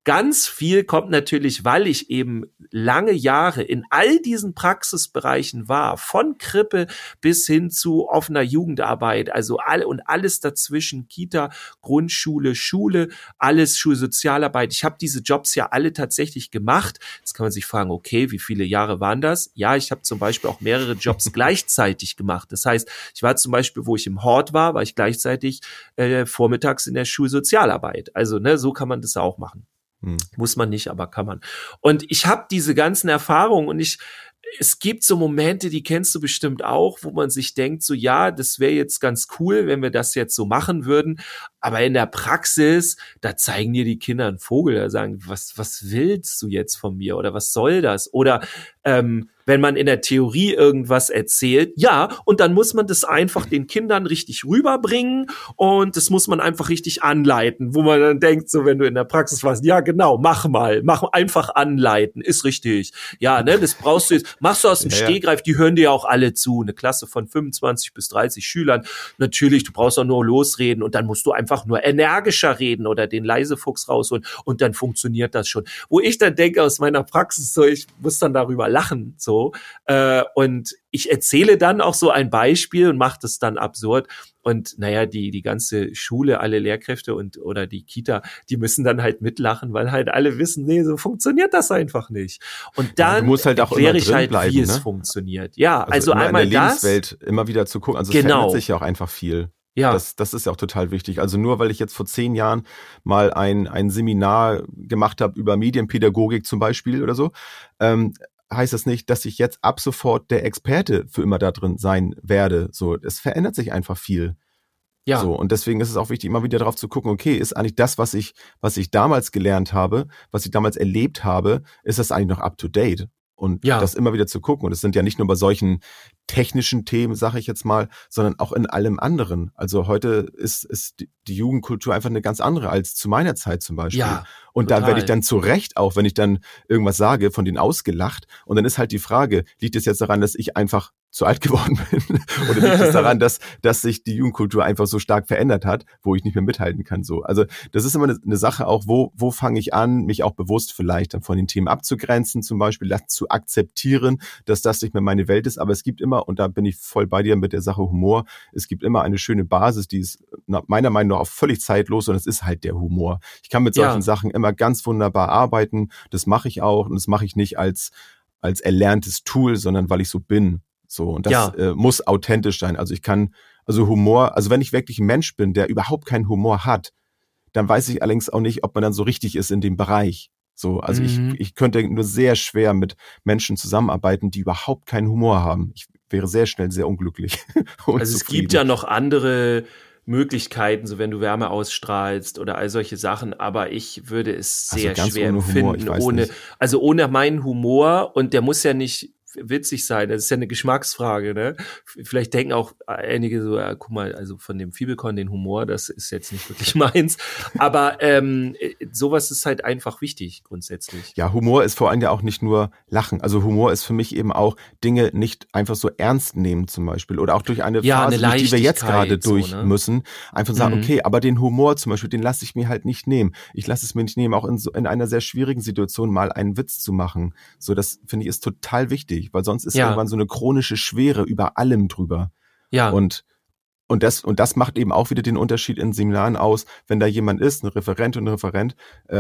ganz viel kommt natürlich, weil ich eben lange Jahre in all diesen Praxisbereichen war, von Krippe bis hin zu offener Jugendarbeit, also alles dazwischen, Kita, Grundschule, Schule, alles Schulsozialarbeit. Ich habe diese Jobs ja alle tatsächlich gemacht. Jetzt kann man sich fragen, okay, wie viele Jahre waren das? Ja, ich habe zum Beispiel auch mehrere Jobs gleichzeitig gemacht. Das heißt, ich war zum Beispiel, wo ich im Hort war ich gleichzeitig vormittags in der Schulsozialarbeit. Also so kann man das auch machen. Muss man nicht, aber kann man. Und ich habe diese ganzen Erfahrungen und es gibt so Momente, die kennst du bestimmt auch, wo man sich denkt, so ja, das wäre jetzt ganz cool, wenn wir das jetzt so machen würden. Aber in der Praxis, da zeigen dir die Kinder einen Vogel, da sagen, was willst du jetzt von mir? Oder was soll das? Oder wenn man in der Theorie irgendwas erzählt, ja, und dann muss man das einfach den Kindern richtig rüberbringen und das muss man einfach richtig anleiten, wo man dann denkt, so wenn du in der Praxis warst, ja genau, mach einfach anleiten, ist richtig. Ja, das brauchst du jetzt, machst du aus dem Stegreif, die hören dir ja auch alle zu, eine Klasse von 25 bis 30 Schülern, natürlich, du brauchst auch nur losreden und dann musst du einfach nur energischer reden oder den Leisefuchs rausholen und dann funktioniert das schon. Wo ich dann denke aus meiner Praxis, so ich muss dann darüber lachen, so. Und ich erzähle dann auch so ein Beispiel und mache das dann absurd. Und die ganze Schule, alle Lehrkräfte oder die Kita, die müssen dann halt mitlachen, weil halt alle wissen, nee, so funktioniert das einfach nicht. Und dann halt erkläre ich halt, bleiben, wie es funktioniert. Ja, also einmal in der Lebenswelt immer wieder zu gucken. Also es verändert sich ja auch einfach viel. Ja. Das ist ja auch total wichtig. Also nur weil ich jetzt vor 10 Jahren mal ein Seminar gemacht habe über Medienpädagogik zum Beispiel oder so, heißt das nicht, dass ich jetzt ab sofort der Experte für immer da drin sein werde. So, es verändert sich einfach viel. Ja. So, und deswegen ist es auch wichtig, immer wieder darauf zu gucken, okay, ist eigentlich das, was ich damals gelernt habe, was ich damals erlebt habe, ist das eigentlich noch up to date? Und das immer wieder zu gucken. Und es sind ja nicht nur bei solchen technischen Themen, sage ich jetzt mal, sondern auch in allem anderen. Also heute ist die Jugendkultur einfach eine ganz andere als zu meiner Zeit zum Beispiel. Ja, und total. Da werde ich dann zu Recht auch, wenn ich dann irgendwas sage, von denen ausgelacht. Und dann ist halt die Frage, liegt es jetzt daran, dass ich einfach zu alt geworden bin? Oder liegt es daran, dass sich die Jugendkultur einfach so stark verändert hat, wo ich nicht mehr mithalten kann? So, also das ist immer eine Sache auch, wo fange ich an, mich auch bewusst vielleicht dann von den Themen abzugrenzen, zum Beispiel zu akzeptieren, dass das nicht mehr meine Welt ist. Aber es gibt immer, und da bin ich voll bei dir mit der Sache Humor, es gibt immer eine schöne Basis, die ist meiner Meinung nach auch völlig zeitlos, und das ist halt der Humor. Ich kann mit solchen Sachen immer ganz wunderbar arbeiten. Das mache ich auch, und das mache ich nicht als erlerntes Tool, sondern weil ich so bin. So, und das muss authentisch sein. Also Humor, also wenn ich wirklich ein Mensch bin, der überhaupt keinen Humor hat, dann weiß ich allerdings auch nicht, ob man dann so richtig ist in dem Bereich. So, also ich könnte nur sehr schwer mit Menschen zusammenarbeiten, die überhaupt keinen Humor haben. Ich wäre sehr schnell sehr unglücklich. Also es gibt ja noch andere Möglichkeiten, so wenn du Wärme ausstrahlst oder all solche Sachen, aber ich würde es sehr schwer empfinden, ohne meinen Humor, und der muss ja nicht witzig sein, das ist ja eine Geschmacksfrage, ne? Vielleicht denken auch einige so, ja, guck mal, also von dem Fiebelkorn den Humor, das ist jetzt nicht wirklich meins, aber sowas ist halt einfach wichtig grundsätzlich. Ja, Humor ist vor allem ja auch nicht nur Lachen, also Humor ist für mich eben auch Dinge nicht einfach so ernst nehmen zum Beispiel, oder auch durch eine Phase, durch die wir jetzt gerade durch müssen, einfach sagen, okay, aber den Humor zum Beispiel, den lasse ich mir halt nicht nehmen. Ich lasse es mir nicht nehmen, auch in einer sehr schwierigen Situation mal einen Witz zu machen. So, das finde ich ist total wichtig, weil sonst ist irgendwann so eine chronische Schwere über allem drüber. Ja. Und das macht eben auch wieder den Unterschied in Seminaren aus, wenn da jemand ist, eine Referentin und ein Referent,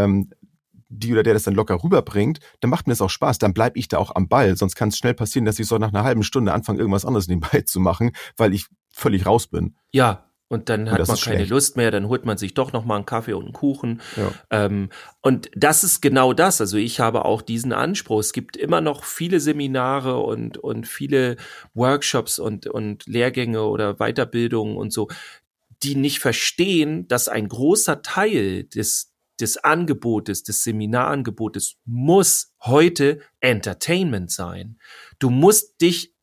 die oder der das dann locker rüberbringt, dann macht mir das auch Spaß, dann bleib ich da auch am Ball, sonst kann es schnell passieren, dass ich so nach einer halben Stunde anfange, irgendwas anderes nebenbei zu machen, weil ich völlig raus bin. Ja. Und dann hat man keine Lust mehr, dann holt man sich doch noch mal einen Kaffee und einen Kuchen. Ja. Und das ist genau das. Also ich habe auch diesen Anspruch. Es gibt immer noch viele Seminare und viele Workshops und Lehrgänge oder Weiterbildungen und so, die nicht verstehen, dass ein großer Teil des Angebotes, des Seminarangebotes muss heute Entertainment sein. Du musst dich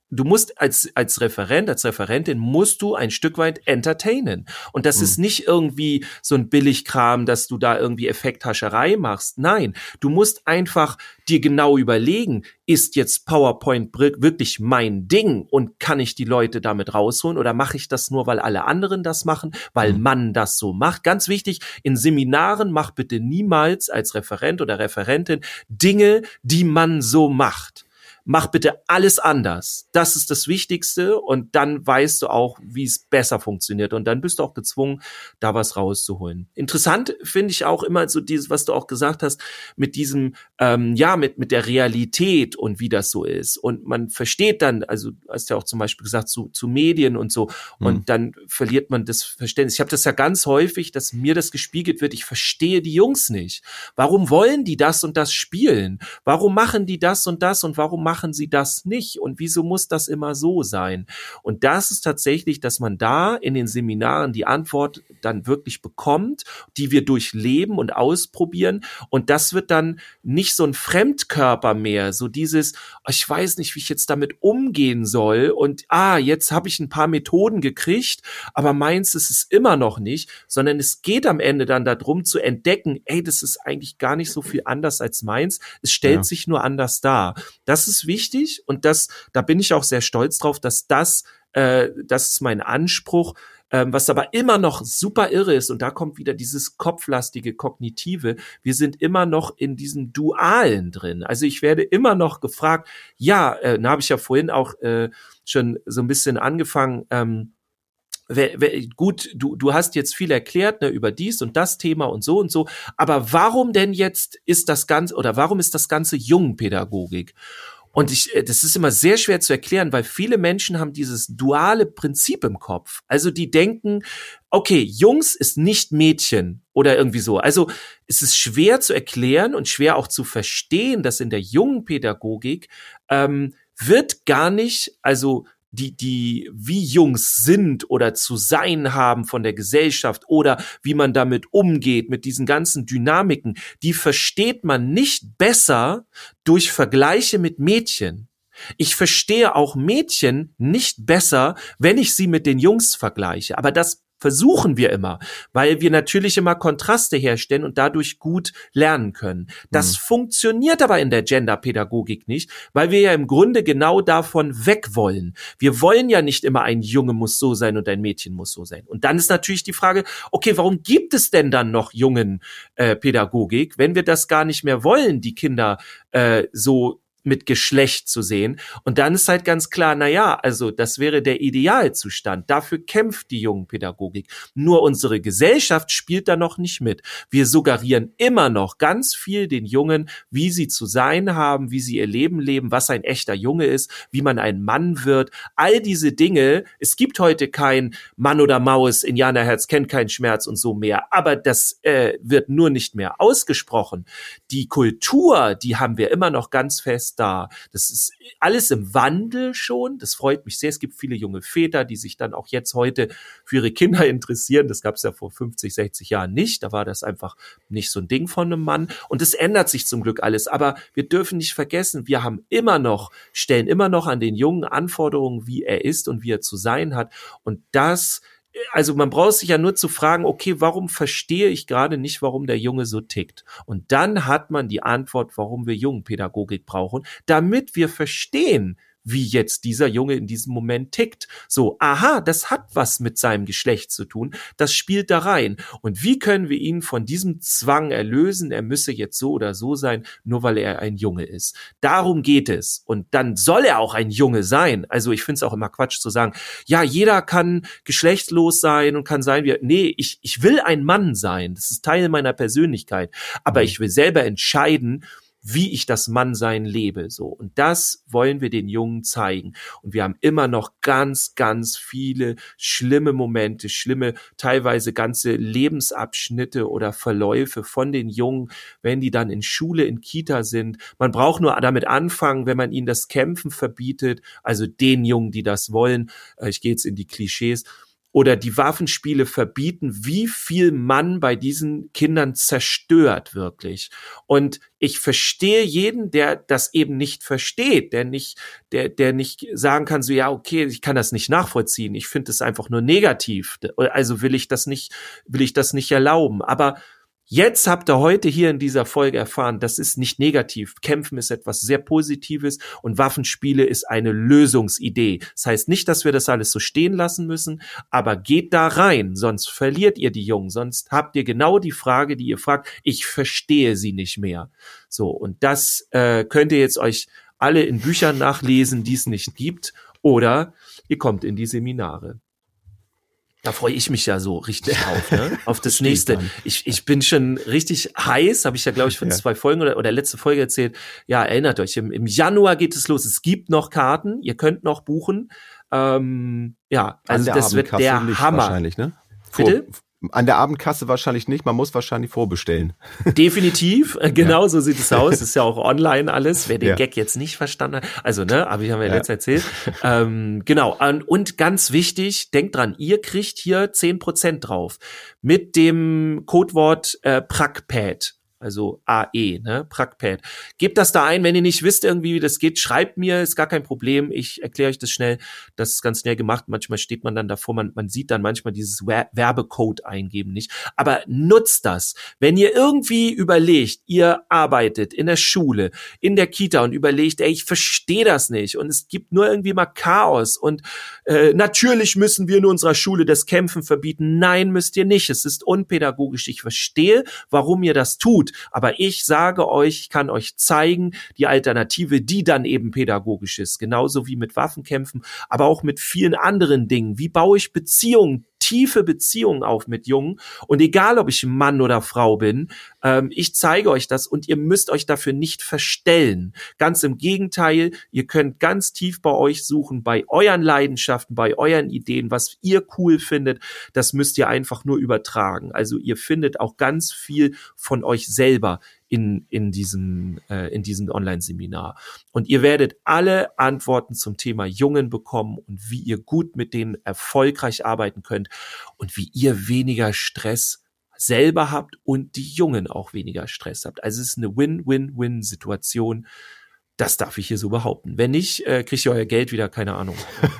du musst als Referent, als Referentin musst du ein Stück weit entertainen. Und das ist nicht irgendwie so ein Billigkram, dass du da irgendwie Effekthascherei machst. Nein, du musst einfach dir genau überlegen, ist jetzt PowerPoint wirklich mein Ding und kann ich die Leute damit rausholen oder mache ich das nur, weil alle anderen das machen, weil man das so macht? Ganz wichtig, in Seminaren mach bitte niemals als Referent oder Referentin Dinge, die man so macht. Mach bitte alles anders. Das ist das Wichtigste und dann weißt du auch, wie es besser funktioniert und dann bist du auch gezwungen, da was rauszuholen. Interessant finde ich auch immer so dieses, was du auch gesagt hast, mit diesem, mit der Realität und wie das so ist. Und man versteht dann, also du hast ja auch zum Beispiel gesagt, zu Medien und so und dann verliert man das Verständnis. Ich habe das ja ganz häufig, dass mir das gespiegelt wird, ich verstehe die Jungs nicht. Warum wollen die das und das spielen? Warum machen die das und warum machen sie das nicht und wieso muss das immer so sein? Und das ist tatsächlich, dass man da in den Seminaren die Antwort dann wirklich bekommt, die wir durchleben und ausprobieren und das wird dann nicht so ein Fremdkörper mehr, so dieses, ich weiß nicht, wie ich jetzt damit umgehen soll und jetzt habe ich ein paar Methoden gekriegt, aber meins ist es immer noch nicht, sondern es geht am Ende dann darum zu entdecken, das ist eigentlich gar nicht so viel anders als meins, es stellt sich nur anders dar. Das ist wichtig und da bin ich auch sehr stolz drauf, dass das ist mein Anspruch, was aber immer noch super irre ist und da kommt wieder dieses kopflastige, kognitive, wir sind immer noch in diesem Dualen drin. Also ich werde immer noch gefragt, da habe ich ja vorhin auch schon so ein bisschen angefangen, gut, du hast jetzt viel erklärt, ne, über dies und das Thema und so, aber warum denn jetzt warum ist das Ganze Jungpädagogik? Und das ist immer sehr schwer zu erklären, weil viele Menschen haben dieses duale Prinzip im Kopf. Also die denken, okay, Jungs ist nicht Mädchen oder irgendwie so. Also es ist schwer zu erklären und schwer auch zu verstehen, dass in der Jungpädagogik wird gar nicht, also die wie Jungs sind oder zu sein haben von der Gesellschaft oder wie man damit umgeht, mit diesen ganzen Dynamiken, die versteht man nicht besser durch Vergleiche mit Mädchen. Ich verstehe auch Mädchen nicht besser, wenn ich sie mit den Jungs vergleiche. Aber das versuchen wir immer, weil wir natürlich immer Kontraste herstellen und dadurch gut lernen können. Das funktioniert aber in der Genderpädagogik nicht, weil wir ja im Grunde genau davon weg wollen. Wir wollen ja nicht immer ein Junge muss so sein und ein Mädchen muss so sein. Und dann ist natürlich die Frage, okay, warum gibt es denn dann noch Jungenpädagogik, wenn wir das gar nicht mehr wollen, die Kinder so mit Geschlecht zu sehen. Und dann ist halt ganz klar, also das wäre der Idealzustand. Dafür kämpft die Jungpädagogik. Nur unsere Gesellschaft spielt da noch nicht mit. Wir suggerieren immer noch ganz viel den Jungen, wie sie zu sein haben, wie sie ihr Leben leben, was ein echter Junge ist, wie man ein Mann wird. All diese Dinge, es gibt heute kein Mann oder Maus, Indianerherz kennt keinen Schmerz und so mehr. Aber das wird nur nicht mehr ausgesprochen. Die Kultur, die haben wir immer noch ganz fest da. Das ist alles im Wandel schon. Das freut mich sehr. Es gibt viele junge Väter, die sich dann auch jetzt heute für ihre Kinder interessieren. Das gab es ja vor 50, 60 Jahren nicht. Da war das einfach nicht so ein Ding von einem Mann. Und es ändert sich zum Glück alles. Aber wir dürfen nicht vergessen, wir haben stellen immer noch an den Jungen Anforderungen, wie er ist und wie er zu sein hat. Und also man braucht sich ja nur zu fragen, okay, warum verstehe ich gerade nicht, warum der Junge so tickt? Und dann hat man die Antwort, warum wir Jungenpädagogik brauchen, damit wir verstehen, wie jetzt dieser Junge in diesem Moment tickt. So, das hat was mit seinem Geschlecht zu tun, das spielt da rein. Und wie können wir ihn von diesem Zwang erlösen, er müsse jetzt so oder so sein, nur weil er ein Junge ist. Darum geht es. Und dann soll er auch ein Junge sein. Also ich finde es auch immer Quatsch zu sagen, ja, jeder kann geschlechtslos sein und kann sein, ich will ein Mann sein. Das ist Teil meiner Persönlichkeit. Aber ich will selber entscheiden, wie ich das Mannsein lebe, so. Und das wollen wir den Jungen zeigen. Und wir haben immer noch ganz, ganz viele schlimme Momente, teilweise ganze Lebensabschnitte oder Verläufe von den Jungen, wenn die dann in Schule, in Kita sind. Man braucht nur damit anfangen, wenn man ihnen das Kämpfen verbietet, also den Jungen, die das wollen. Ich gehe jetzt in die Klischees. oder die Waffenspiele verbieten, wie viel man bei diesen Kindern zerstört wirklich. Und ich verstehe jeden, der das eben nicht versteht, der nicht sagen kann, so ja, okay, ich kann das nicht nachvollziehen, ich finde es einfach nur negativ, also will ich das nicht erlauben. Aber jetzt habt ihr heute hier in dieser Folge erfahren, das ist nicht negativ. Kämpfen ist etwas sehr Positives und Waffenspiele ist eine Lösungsidee. Das heißt nicht, dass wir das alles so stehen lassen müssen, aber geht da rein, sonst verliert ihr die Jungen, sonst habt ihr genau die Frage, die ihr fragt, ich verstehe sie nicht mehr. So, und das könnt ihr jetzt euch alle in Büchern nachlesen, die es nicht gibt, oder ihr kommt in die Seminare. Da freue ich mich ja so richtig drauf, ne? Auf das nächste. Ich bin schon richtig heiß, habe ich ja, glaube ich, von 2 Folgen oder letzte Folge erzählt. Ja, erinnert euch, im Januar geht es los. Es gibt noch Karten, ihr könnt noch buchen. Ja, also das wird der Hammer. Wahrscheinlich, ne? Bitte? An der Abendkasse wahrscheinlich nicht, man muss wahrscheinlich vorbestellen. Definitiv, genau so sieht es aus. Ist ja auch online alles, wer den Gag jetzt nicht verstanden hat. Also, ne, aber ich habe ja letztens erzählt. Genau, und ganz wichtig, denkt dran, ihr kriegt hier 10% drauf mit dem Codewort PragPad. Also AE, ne, PragPad. Gebt das da ein, wenn ihr nicht wisst irgendwie, wie das geht, schreibt mir, ist gar kein Problem, ich erkläre euch das schnell, das ist ganz schnell gemacht, manchmal steht man dann davor, man sieht dann manchmal dieses Werbecode eingeben nicht, aber nutzt das, wenn ihr irgendwie überlegt, ihr arbeitet in der Schule, in der Kita und überlegt, ey, ich verstehe das nicht und es gibt nur irgendwie mal Chaos und natürlich müssen wir in unserer Schule das Kämpfen verbieten, nein, müsst ihr nicht, es ist unpädagogisch, ich verstehe, warum ihr das tut, aber ich sage euch, ich kann euch zeigen, die Alternative, die dann eben pädagogisch ist, genauso wie mit Waffenkämpfen, aber auch mit vielen anderen Dingen. Wie baue ich Beziehungen, tiefe Beziehungen auf mit Jungen? Und egal, ob ich Mann oder Frau bin, ich zeige euch das und ihr müsst euch dafür nicht verstellen. Ganz im Gegenteil, ihr könnt ganz tief bei euch suchen, bei euren Leidenschaften, bei euren Ideen, was ihr cool findet, das müsst ihr einfach nur übertragen. Also ihr findet auch ganz viel von euch selber in diesem Online-Seminar. Und ihr werdet alle Antworten zum Thema Jungen bekommen und wie ihr gut mit denen erfolgreich arbeiten könnt und wie ihr weniger Stress selber habt und die Jungen auch weniger Stress habt. Also es ist eine Win-Win-Win-Situation. Das darf ich hier so behaupten. Wenn nicht, kriegt ihr euer Geld wieder, keine Ahnung.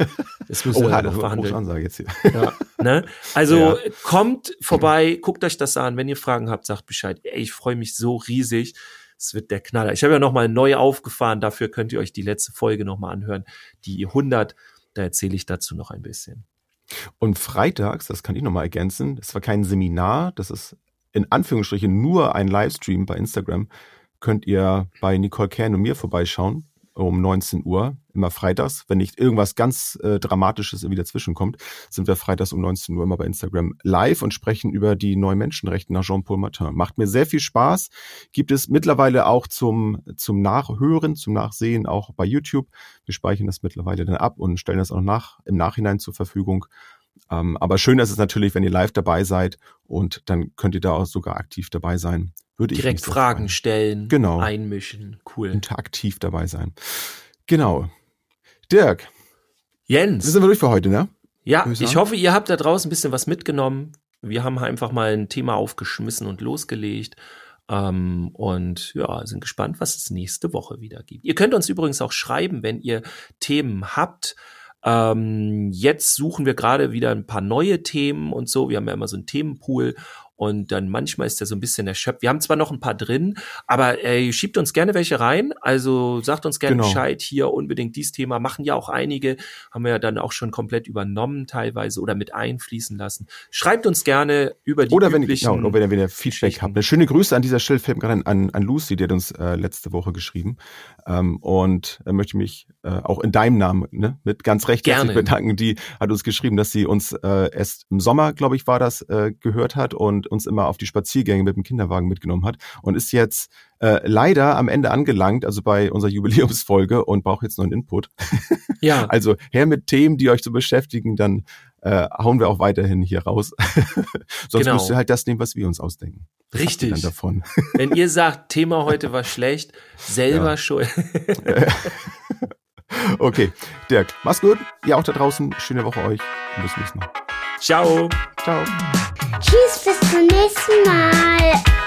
Das müssen wir noch verhandeln. Ansage jetzt hier. Ja, ne? Also kommt vorbei, guckt euch das an. Wenn ihr Fragen habt, sagt Bescheid. Ey, ich freue mich so riesig. Es wird der Knaller. Ich habe ja nochmal neu aufgefahren. Dafür könnt ihr euch die letzte Folge nochmal anhören. Die 100, da erzähle ich dazu noch ein bisschen. Und freitags, das kann ich nochmal ergänzen, das war kein Seminar, das ist in Anführungsstrichen nur ein Livestream bei Instagram, könnt ihr bei Nicole Kern und mir vorbeischauen um 19 Uhr, immer freitags. Wenn nicht irgendwas ganz Dramatisches irgendwie dazwischen kommt, sind wir freitags um 19 Uhr immer bei Instagram live und sprechen über die neuen Menschenrechte nach Jean-Paul Martin. Macht mir sehr viel Spaß. Gibt es mittlerweile auch zum Nachhören, zum Nachsehen auch bei YouTube. Wir speichern das mittlerweile dann ab und stellen das auch im Nachhinein zur Verfügung. Aber schön ist es natürlich, wenn ihr live dabei seid und dann könnt ihr da auch sogar aktiv dabei sein. Würde ich direkt Fragen stellen, genau, einmischen, cool. Interaktiv dabei sein. Genau. Dirk. Jens. Sind wir durch für heute, ne? Ja, ich hoffe, ihr habt da draußen ein bisschen was mitgenommen. Wir haben einfach mal ein Thema aufgeschmissen und losgelegt. Und ja, sind gespannt, was es nächste Woche wieder gibt. Ihr könnt uns übrigens auch schreiben, wenn ihr Themen habt. Jetzt suchen wir gerade wieder ein paar neue Themen und so. Wir haben ja immer so einen Themenpool und dann manchmal ist der so ein bisschen erschöpft. Wir haben zwar noch ein paar drin, aber schiebt uns gerne welche rein. Also sagt uns gerne Bescheid, hier unbedingt dieses Thema. Machen ja auch einige, haben wir ja dann auch schon komplett übernommen teilweise oder mit einfließen lassen. Schreibt uns gerne über die üblichen... Oder wenn ihr Feedback habt. Eine schöne Grüße an dieser Stelle, fällt mir gerade an Lucy, die hat uns letzte Woche geschrieben. Und möchte mich auch in deinem Namen mit ganz recht herzlich bedanken. Die hat uns geschrieben, dass sie uns erst im Sommer, glaube ich, war das, gehört hat und uns immer auf die Spaziergänge mit dem Kinderwagen mitgenommen hat und ist jetzt leider am Ende angelangt, also bei unserer Jubiläumsfolge und braucht jetzt noch einen Input. Ja. Also her mit Themen, die euch so beschäftigen, dann hauen wir auch weiterhin hier raus. Sonst müsst ihr halt das nehmen, was wir uns ausdenken. Was richtig. Dann davon? Wenn ihr sagt, Thema heute war schlecht, selber schuld. Okay, Dirk, mach's gut. Ihr auch da draußen. Schöne Woche euch und bis zum nächsten Mal. Ciao. Ciao. Tschüss, bis zum nächsten Mal.